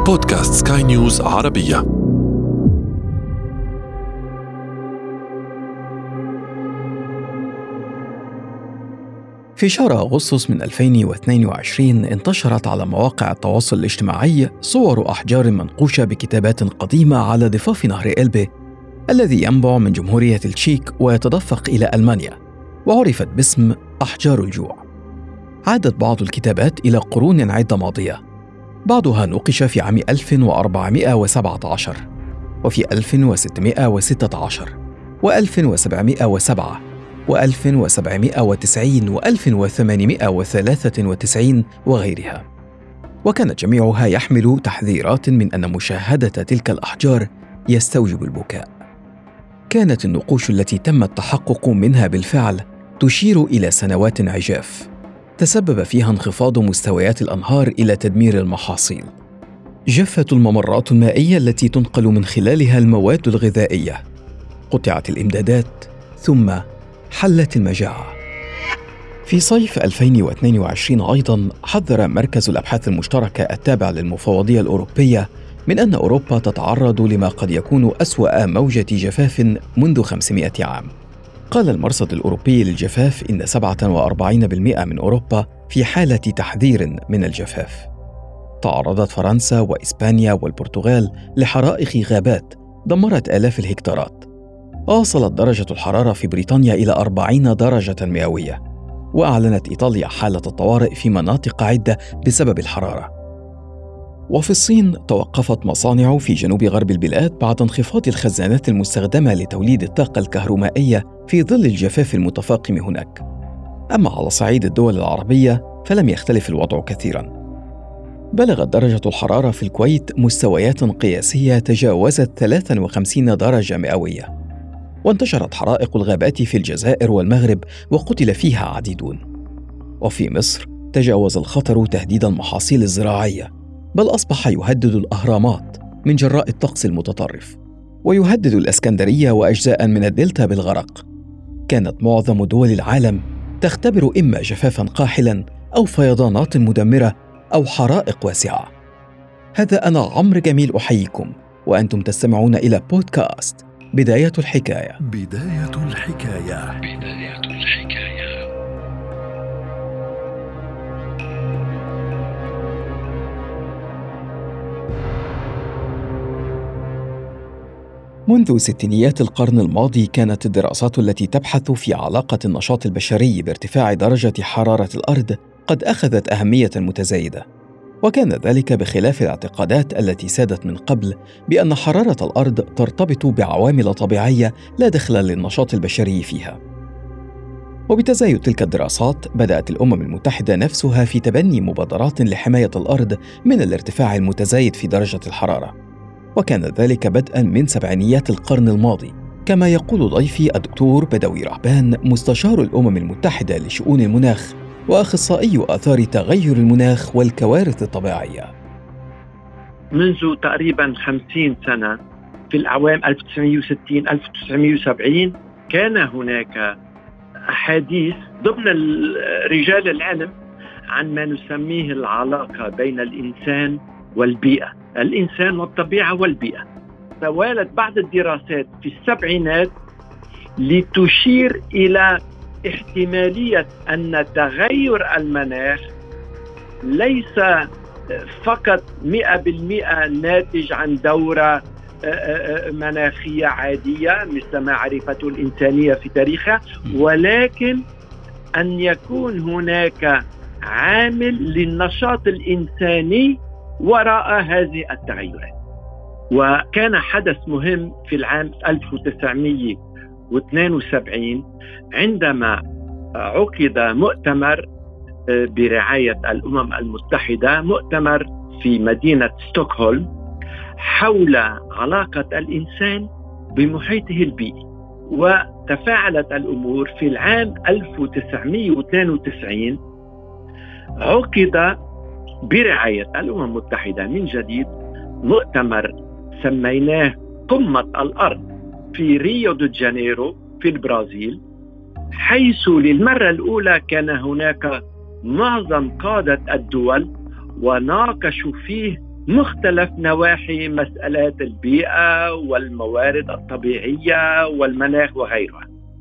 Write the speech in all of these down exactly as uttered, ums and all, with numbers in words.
بودكاست سكاي نيوز عربية. في شهر أغسطس من ألفين واثنين وعشرين انتشرت على مواقع التواصل الاجتماعي صور أحجار منقوشة بكتابات قديمة على ضفاف نهر إلبي الذي ينبع من جمهورية التشيك ويتدفق إلى ألمانيا، وعرفت باسم أحجار الجوع. عادت بعض الكتابات إلى قرون عدة ماضية، بعضها نقش في عام ألف وأربعمائة وسبعة عشر وفي ألف وستمائة وستة عشر وألف وسبعمائة وسبعة وألف وسبعمائة وتسعين وألف وثمانمائة وثلاثة وتسعين وغيرها، وكانت جميعها يحمل تحذيرات من أن مشاهدة تلك الأحجار يستوجب البكاء. كانت النقوش التي تم التحقق منها بالفعل تشير إلى سنوات عجاف تسبب فيها انخفاض مستويات الأنهار إلى تدمير المحاصيل. جفت الممرات المائية التي تنقل من خلالها المواد الغذائية، قطعت الإمدادات، ثم حلت المجاعة. في صيف ألفين واثنين وعشرين أيضاً حذر مركز الأبحاث المشتركة التابع للمفوضية الأوروبية من أن أوروبا تتعرض لما قد يكون أسوأ موجة جفاف منذ خمسمائة عام. قال المرصد الأوروبي للجفاف إن سبعة وأربعين بالمئة من أوروبا في حالة تحذير من الجفاف. تعرضت فرنسا وإسبانيا والبرتغال لحرائق غابات دمرت آلاف الهكتارات. وصلت درجة الحرارة في بريطانيا إلى أربعين درجة مئوية، وأعلنت إيطاليا حالة الطوارئ في مناطق عدة بسبب الحرارة. وفي الصين توقفت مصانع في جنوب غرب البلاد بعد انخفاض الخزانات المستخدمة لتوليد الطاقة الكهرومائية في ظل الجفاف المتفاقم هناك. أما على صعيد الدول العربية فلم يختلف الوضع كثيراً. بلغت درجة الحرارة في الكويت مستويات قياسية تجاوزت ثلاثة وخمسين درجة مئوية، وانتشرت حرائق الغابات في الجزائر والمغرب وقتل فيها عديدون. وفي مصر تجاوز الخطر تهديد المحاصيل الزراعية، بل أصبح يهدد الأهرامات من جراء الطقس المتطرف، ويهدد الإسكندرية وأجزاء من الدلتا بالغرق. كانت معظم دول العالم تختبر إما جفافاً قاحلاً أو فيضانات مدمرة أو حرائق واسعة. هذا أنا عمرو جميل أحييكم، وأنتم تستمعون إلى بودكاست بداية الحكاية. بداية الحكاية. بداية الحكاية. منذ ستينيات القرن الماضي كانت الدراسات التي تبحث في علاقة النشاط البشري بارتفاع درجة حرارة الأرض قد أخذت أهمية متزايدة، وكان ذلك بخلاف الاعتقادات التي سادت من قبل بأن حرارة الأرض ترتبط بعوامل طبيعية لا دخل للنشاط البشري فيها. وبتزايد تلك الدراسات بدأت الأمم المتحدة نفسها في تبني مبادرات لحماية الأرض من الارتفاع المتزايد في درجة الحرارة، وكان ذلك بدءاً من سبعينيات القرن الماضي. كما يقول ضيفي الدكتور بدوي رهبان، مستشار الأمم المتحدة لشؤون المناخ وأخصائي آثار تغير المناخ والكوارث الطبيعية. منذ تقريباً خمسين سنة، في الأعوام ألف وتسعمائة وستين ألف وتسعمائة وسبعين، كان هناك أحاديث ضمن رجال العلم عن ما نسميه العلاقة بين الإنسان والبيئة، الإنسان والطبيعة والبيئة. توالت بعض الدراسات في السبعينات لتشير إلى احتمالية أن تغير المناخ ليس فقط مئة بالمئة ناتج عن دورة مناخية عادية مثل ما عرفته الإنسانية في تاريخها، ولكن أن يكون هناك عامل للنشاط الإنساني وراء هذه التغيرات. وكان حدث مهم في العام ألف وتسعمائة واثنين وسبعين عندما عقد مؤتمر برعاية الأمم المتحدة، مؤتمر في مدينة ستوكهولم، حول علاقة الإنسان بمحيطه البيئي. وتفاعلت الأمور في العام ألف وتسعمائة واثنين وتسعين، عقد برعاية الأمم المتحدة من جديد مؤتمر سميناه قمة الأرض في ريو دي جانيرو في البرازيل، حيث للمرة الأولى كان هناك معظم قادة الدول وناقشوا فيه مختلف نواحي مسألات البيئة والموارد الطبيعية والمناخ وغيرها.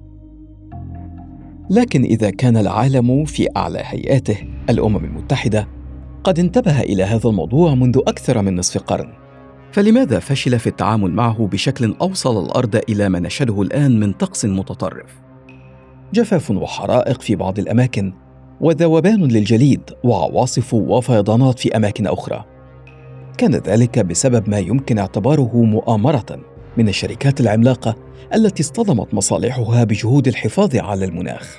لكن إذا كان العالم في أعلى هيئاته الأمم المتحدة قد انتبه إلى هذا الموضوع منذ أكثر من نصف قرن، فلماذا فشل في التعامل معه بشكل أوصل الأرض إلى ما نشهده الآن من طقس متطرف؟ جفاف وحرائق في بعض الأماكن، وذوبان للجليد وعواصف وفيضانات في أماكن أخرى. كان ذلك بسبب ما يمكن اعتباره مؤامرة من الشركات العملاقة التي اصطدمت مصالحها بجهود الحفاظ على المناخ.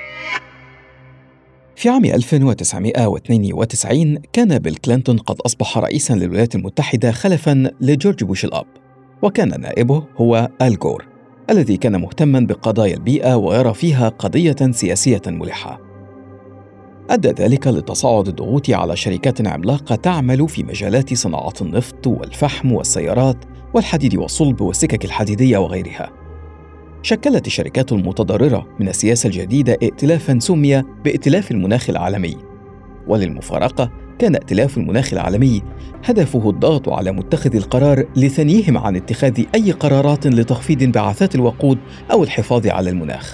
في عام ألف وتسعمائة واثنين وتسعين كان بيل كلينتون قد أصبح رئيساً للولايات المتحدة خلفاً لجورج بوش الأب، وكان نائبه هو آل غور الذي كان مهتماً بقضايا البيئة ويرى فيها قضية سياسية ملحة. أدى ذلك لتصاعد الضغوط على شركات عملاقة تعمل في مجالات صناعة النفط والفحم والسيارات والحديد والصلب والسكك الحديدية وغيرها. شكلت الشركات المتضررة من السياسة الجديدة ائتلافاً سمي بائتلاف المناخ العالمي، وللمفارقة كان ائتلاف المناخ العالمي هدفه الضغط على متخذي القرار لثنيهم عن اتخاذ أي قرارات لتخفيض انبعاثات الوقود أو الحفاظ على المناخ.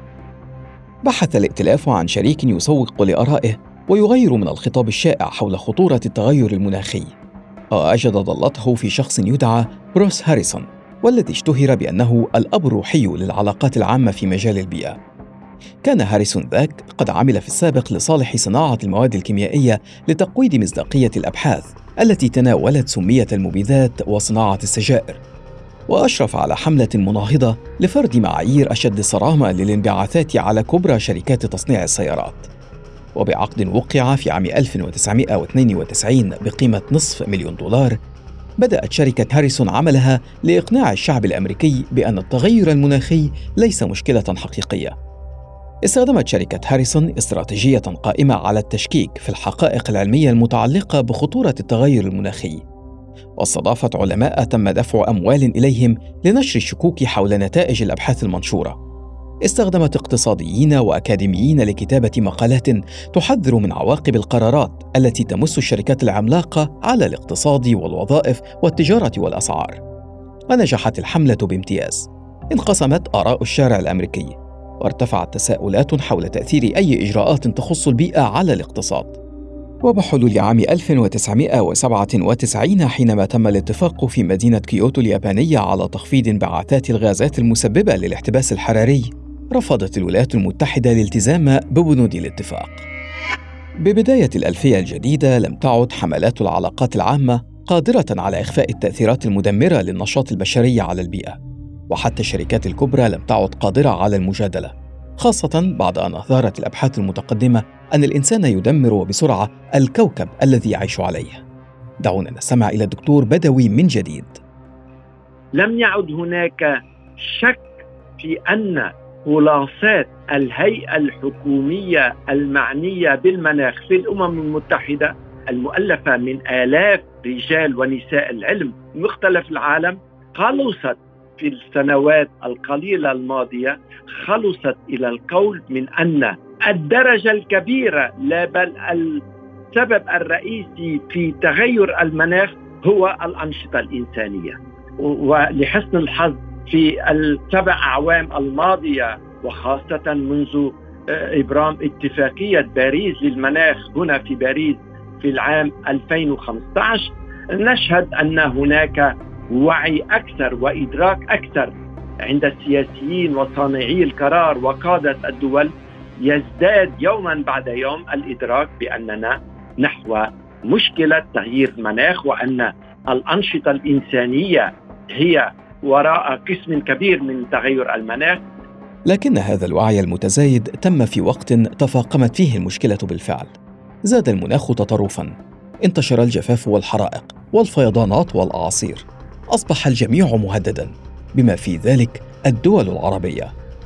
بحث الائتلاف عن شريك يسوق لآرائه ويغير من الخطاب الشائع حول خطورة التغير المناخي، وأجد ضالته في شخص يدعى بروس هاريسون، والذي اشتهر بأنه الأب الروحي للعلاقات العامة في مجال البيئة. كان هاريسون ذاك قد عمل في السابق لصالح صناعة المواد الكيميائية لتقويض مصداقية الأبحاث التي تناولت سمية المبيدات وصناعة السجائر، وأشرف على حملة مناهضة لفرض معايير أشد صرامة للانبعاثات على كبرى شركات تصنيع السيارات. وبعقد وقع في عام ألف وتسعمائة واثنين وتسعين بقيمة نصف مليون دولار، بدأت شركة هاريسون عملها لإقناع الشعب الأمريكي بأن التغير المناخي ليس مشكلة حقيقية. استخدمت شركة هاريسون استراتيجية قائمة على التشكيك في الحقائق العلمية المتعلقة بخطورة التغير المناخي، واستضافت علماء تم دفع أموال إليهم لنشر الشكوك حول نتائج الأبحاث المنشورة. استخدمت اقتصاديين وأكاديميين لكتابة مقالات تحذر من عواقب القرارات التي تمس الشركات العملاقة على الاقتصاد والوظائف والتجارة والأسعار. ونجحت الحملة بامتياز. انقسمت آراء الشارع الأمريكي، وارتفعت تساؤلات حول تأثير أي إجراءات تخص البيئة على الاقتصاد. وبحلول عام ألف وتسعمائة وسبعة وتسعين حينما تم الاتفاق في مدينة كيوتو اليابانية على تخفيض انبعاثات الغازات المسببة للاحتباس الحراري، رفضت الولايات المتحدة الالتزام ببنود الاتفاق. ببداية الألفية الجديدة لم تعد حملات العلاقات العامة قادرة على إخفاء التأثيرات المدمرة للنشاط البشري على البيئة، وحتى الشركات الكبرى لم تعد قادرة على المجادلة، خاصة بعد أن أظهرت الأبحاث المتقدمة أن الإنسان يدمر بسرعة الكوكب الذي يعيش عليه. دعونا نستمع إلى الدكتور بدوي من جديد. لم يعد هناك شك في أن خلاصات الهيئة الحكومية المعنية بالمناخ في الأمم المتحدة المؤلفة من آلاف رجال ونساء العلم مختلف العالم خلصت في السنوات القليلة الماضية خلصت إلى القول من أن الدرجة الكبيرة لا بل السبب الرئيسي في تغير المناخ هو الأنشطة الإنسانية. ولحسن الحظ في السبع أعوام الماضية وخاصة منذ إبرام اتفاقية باريس للمناخ هنا في باريس في العام ألفين وخمسة عشر نشهد أن هناك وعي أكثر وإدراك أكثر عند السياسيين وصانعي القرار وقادة الدول. يزداد يوما بعد يوم الإدراك بأننا نحو مشكلة تغيير المناخ، وأن الأنشطة الإنسانية هي وراء قسم كبير من تغير المناخ. لكن هذا الوعي المتزايد تم في وقت تفاقمت فيه المشكلة بالفعل. زاد المناخ تطرفاً، انتشر الجفاف والحرائق والفيضانات والأعاصير، أصبح الجميع مهدداً بما في ذلك الدول العربية.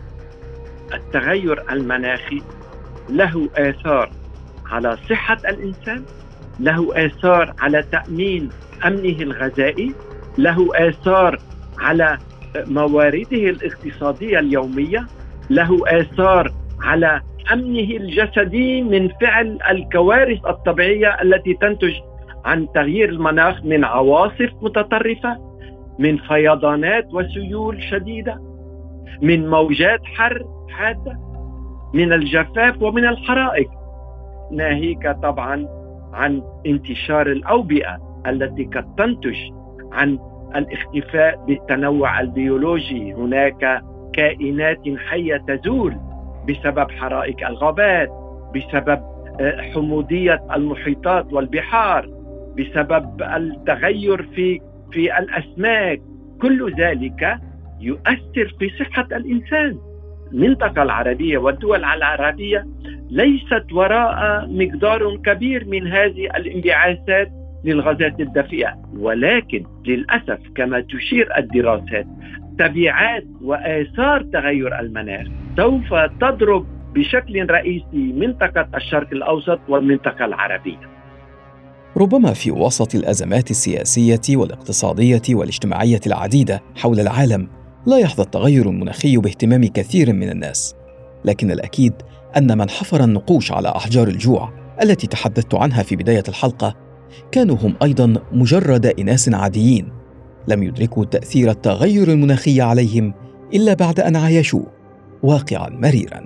التغير المناخي له آثار على صحة الإنسان، له آثار على تأمين أمنه الغذائي، له آثار على موارده الاقتصادية اليومية، له آثار على أمنه الجسدي من فعل الكوارث الطبيعية التي تنتج عن تغيير المناخ من عواصف متطرفة، من فيضانات وسيول شديدة، من موجات حر حادة، من الجفاف ومن الحرائق، ناهيك طبعا عن انتشار الأوبئة التي قد تنتج عن الاختفاء بالتنوع البيولوجي. هناك كائنات حية تزول بسبب حرائق الغابات، بسبب حموضية المحيطات والبحار، بسبب التغير في في الأسماك. كل ذلك يؤثر في صحة الإنسان. المنطقة العربية والدول العربية ليست وراء مقدار كبير من هذه الانبعاثات للغازات الدفيئة، ولكن للأسف كما تشير الدراسات تبعات وآثار تغير المناخ سوف تضرب بشكل رئيسي منطقة الشرق الأوسط والمنطقة العربية. ربما في وسط الأزمات السياسية والاقتصادية والاجتماعية العديدة حول العالم لا يحظى التغير المناخي باهتمام كثير من الناس، لكن الأكيد أن من حفر النقوش على أحجار الجوع التي تحدثت عنها في بداية الحلقة كانوا هم أيضاً مجرد إناس عاديين لم يدركوا تأثير التغير المناخي عليهم إلا بعد أن عايشوه واقعاً مريراً.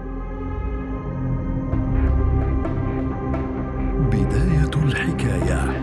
بداية الحكاية.